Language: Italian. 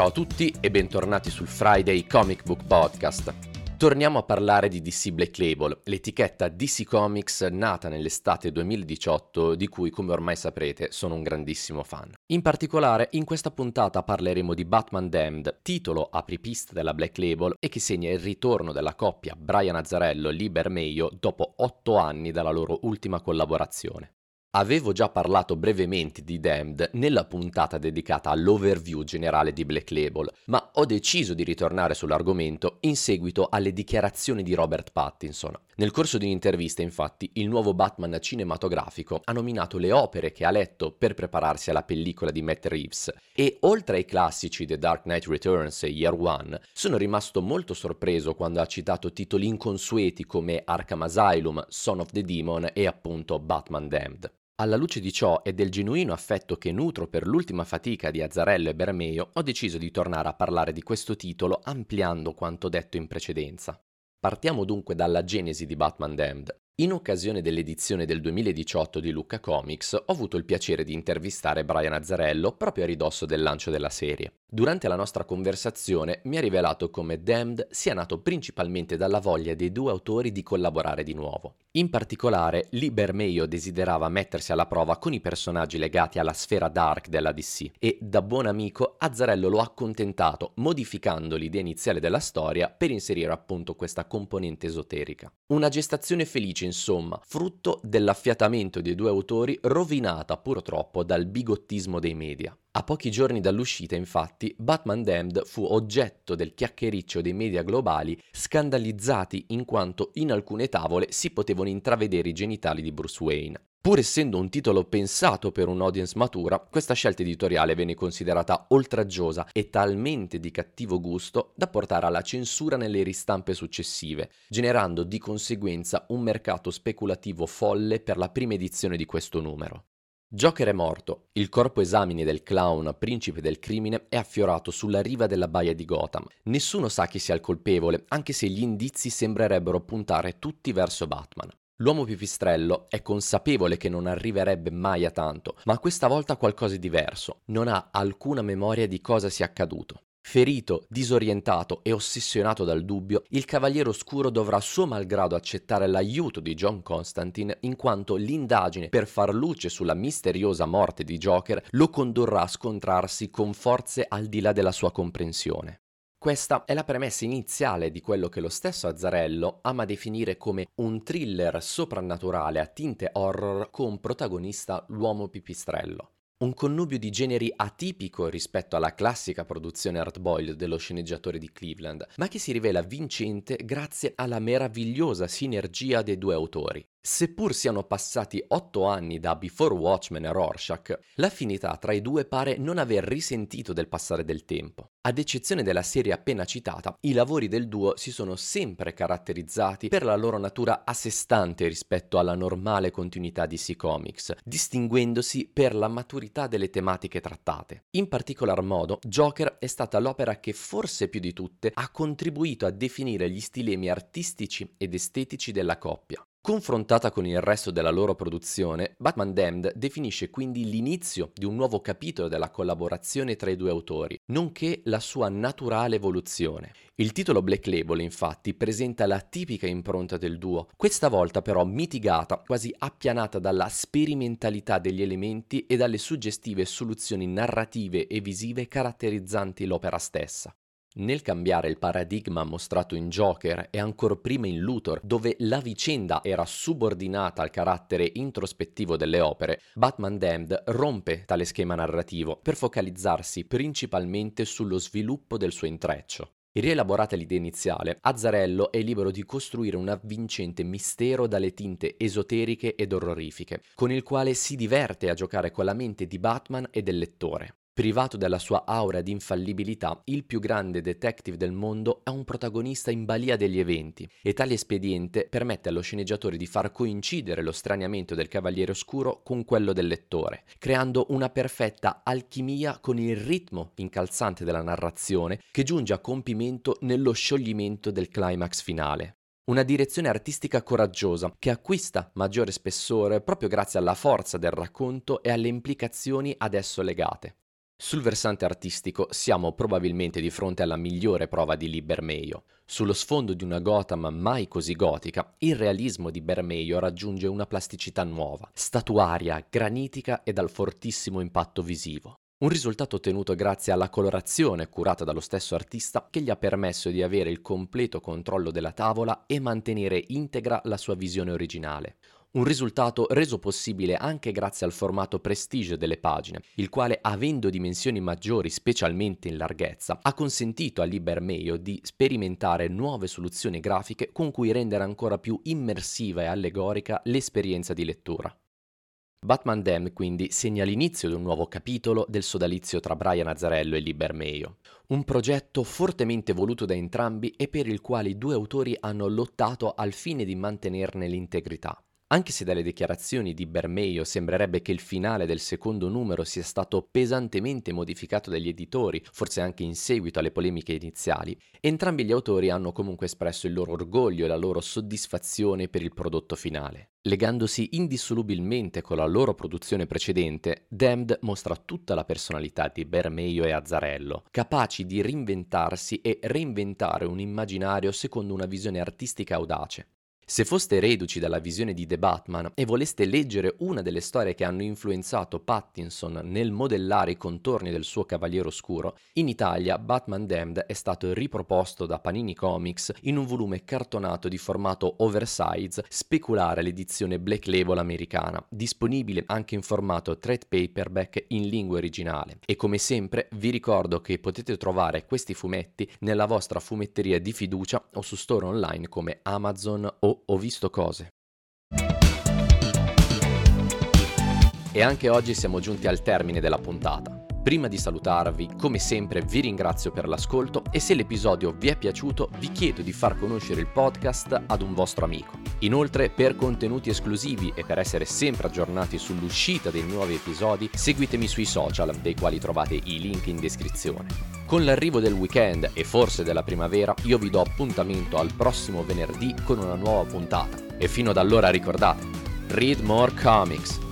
Ciao a tutti e bentornati sul Friday Comic Book Podcast. Torniamo a parlare di DC Black Label, l'etichetta DC Comics nata nell'estate 2018 di cui, come ormai saprete, sono un grandissimo fan. In particolare, in questa puntata parleremo di Batman Damned, titolo apripista della Black Label e che segna il ritorno della coppia Brian Azzarello-Lee Bermejo dopo 8 anni dalla loro ultima collaborazione. Avevo già parlato brevemente di Damned nella puntata dedicata all'overview generale di Black Label, ma ho deciso di ritornare sull'argomento in seguito alle dichiarazioni di Robert Pattinson. Nel corso di un'intervista, infatti, il nuovo Batman cinematografico ha nominato le opere che ha letto per prepararsi alla pellicola di Matt Reeves e, oltre ai classici The Dark Knight Returns e Year One, sono rimasto molto sorpreso quando ha citato titoli inconsueti come Arkham Asylum, Son of the Demon e appunto Batman Damned. Alla luce di ciò e del genuino affetto che nutro per l'ultima fatica di Azzarello e Bermejo, ho deciso di tornare a parlare di questo titolo ampliando quanto detto in precedenza. Partiamo dunque dalla genesi di Batman Damned. In occasione dell'edizione del 2018 di Lucca Comics, ho avuto il piacere di intervistare Brian Azzarello proprio a ridosso del lancio della serie. Durante la nostra conversazione mi ha rivelato come Damned sia nato principalmente dalla voglia dei due autori di collaborare di nuovo. In particolare, Lee Bermejo desiderava mettersi alla prova con i personaggi legati alla sfera dark della DC e, da buon amico, Azzarello lo ha accontentato, modificando l'idea iniziale della storia per inserire appunto questa componente esoterica. Una gestazione felice, insomma, frutto dell'affiatamento dei due autori rovinata purtroppo dal bigottismo dei media. A pochi giorni dall'uscita, infatti, Batman Damned fu oggetto del chiacchiericcio dei media globali, scandalizzati in quanto in alcune tavole si potevano intravedere i genitali di Bruce Wayne. Pur essendo un titolo pensato per un'audience matura, questa scelta editoriale venne considerata oltraggiosa e talmente di cattivo gusto da portare alla censura nelle ristampe successive, generando di conseguenza un mercato speculativo folle per la prima edizione di questo numero. Joker è morto, il corpo esamine del clown principe del crimine è affiorato sulla riva della baia di Gotham. Nessuno sa chi sia il colpevole, anche se gli indizi sembrerebbero puntare tutti verso Batman. L'uomo pipistrello è consapevole che non arriverebbe mai a tanto, ma questa volta qualcosa di diverso. Non ha alcuna memoria di cosa sia accaduto. Ferito, disorientato e ossessionato dal dubbio, il Cavaliere Oscuro dovrà a suo malgrado accettare l'aiuto di John Constantine in quanto l'indagine per far luce sulla misteriosa morte di Joker lo condurrà a scontrarsi con forze al di là della sua comprensione. Questa è la premessa iniziale di quello che lo stesso Azzarello ama definire come un thriller soprannaturale a tinte horror con protagonista l'uomo pipistrello. Un connubio di generi atipico rispetto alla classica produzione hardboiled dello sceneggiatore di Cleveland, ma che si rivela vincente grazie alla meravigliosa sinergia dei due autori. Seppur siano passati 8 anni da Before Watchmen e Rorschach, l'affinità tra i due pare non aver risentito del passare del tempo. Ad eccezione della serie appena citata, i lavori del duo si sono sempre caratterizzati per la loro natura a sé stante rispetto alla normale continuità di DC Comics, distinguendosi per la maturità delle tematiche trattate. In particolar modo, Joker è stata l'opera che forse più di tutte ha contribuito a definire gli stilemi artistici ed estetici della coppia. Confrontata con il resto della loro produzione, Batman Damned definisce quindi l'inizio di un nuovo capitolo della collaborazione tra i due autori, nonché la sua naturale evoluzione. Il titolo Black Label, infatti, presenta la tipica impronta del duo, questa volta però mitigata, quasi appianata dalla sperimentalità degli elementi e dalle suggestive soluzioni narrative e visive caratterizzanti l'opera stessa. Nel cambiare il paradigma mostrato in Joker e ancor prima in Luthor, dove la vicenda era subordinata al carattere introspettivo delle opere, Batman Damned rompe tale schema narrativo per focalizzarsi principalmente sullo sviluppo del suo intreccio. Rielaborata l'idea iniziale, Azzarello è libero di costruire un avvincente mistero dalle tinte esoteriche ed orrorifiche, con il quale si diverte a giocare con la mente di Batman e del lettore. Privato della sua aura di infallibilità, il più grande detective del mondo è un protagonista in balia degli eventi e tale espediente permette allo sceneggiatore di far coincidere lo straniamento del Cavaliere Oscuro con quello del lettore, creando una perfetta alchimia con il ritmo incalzante della narrazione che giunge a compimento nello scioglimento del climax finale. Una direzione artistica coraggiosa che acquista maggiore spessore proprio grazie alla forza del racconto e alle implicazioni ad esso legate. Sul versante artistico siamo probabilmente di fronte alla migliore prova di Lee Bermejo. Sullo sfondo di una Gotham mai così gotica, il realismo di Bermejo raggiunge una plasticità nuova, statuaria, granitica e dal fortissimo impatto visivo. Un risultato ottenuto grazie alla colorazione curata dallo stesso artista che gli ha permesso di avere il completo controllo della tavola e mantenere integra la sua visione originale. Un risultato reso possibile anche grazie al formato prestige delle pagine, il quale, avendo dimensioni maggiori specialmente in larghezza, ha consentito a Lee Bermejo di sperimentare nuove soluzioni grafiche con cui rendere ancora più immersiva e allegorica l'esperienza di lettura. Batman Damned quindi segna l'inizio di un nuovo capitolo del sodalizio tra Brian Azzarello e Lee Bermejo, un progetto fortemente voluto da entrambi e per il quale i due autori hanno lottato al fine di mantenerne l'integrità. Anche se dalle dichiarazioni di Bermejo sembrerebbe che il finale del secondo numero sia stato pesantemente modificato dagli editori, forse anche in seguito alle polemiche iniziali, entrambi gli autori hanno comunque espresso il loro orgoglio e la loro soddisfazione per il prodotto finale. Legandosi indissolubilmente con la loro produzione precedente, Damned mostra tutta la personalità di Bermejo e Azzarello, capaci di reinventarsi e reinventare un immaginario secondo una visione artistica audace. Se foste reduci dalla visione di The Batman e voleste leggere una delle storie che hanno influenzato Pattinson nel modellare i contorni del suo Cavaliere Oscuro, in Italia Batman Damned è stato riproposto da Panini Comics in un volume cartonato di formato oversize, speculare l'edizione Black Label americana, disponibile anche in formato trade paperback in lingua originale. E come sempre vi ricordo che potete trovare questi fumetti nella vostra fumetteria di fiducia o su store online come Amazon o Ho visto cose. E anche oggi siamo giunti al termine della puntata. Prima di salutarvi, come sempre vi ringrazio per l'ascolto e se l'episodio vi è piaciuto vi chiedo di far conoscere il podcast ad un vostro amico. Inoltre, per contenuti esclusivi e per essere sempre aggiornati sull'uscita dei nuovi episodi, seguitemi sui social, dei quali trovate i link in descrizione. Con l'arrivo del weekend e forse della primavera, io vi do appuntamento al prossimo venerdì con una nuova puntata. E fino ad allora ricordate, read more comics!